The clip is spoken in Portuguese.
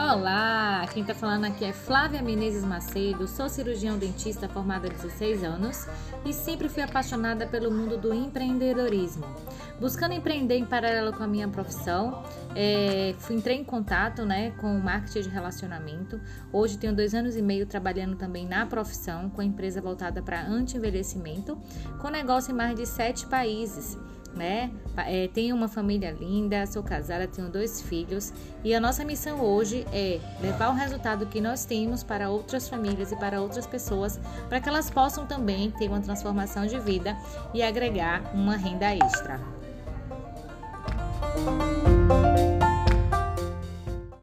Olá, quem está falando aqui é Flávia Menezes Macedo, sou cirurgião dentista formada há 16 anos e sempre fui apaixonada pelo mundo do empreendedorismo. Buscando empreender em paralelo com a minha profissão, entrei em contato com o marketing de relacionamento. Hoje tenho 2 anos e meio trabalhando também na profissão, com a empresa voltada para anti-envelhecimento, com negócio em mais de 7 países. Tenho uma família linda, sou casada, tenho 2 filhos e a nossa missão hoje é levar o resultado que nós temos para outras famílias e para outras pessoas, para que elas possam também ter uma transformação de vida e agregar uma renda extra.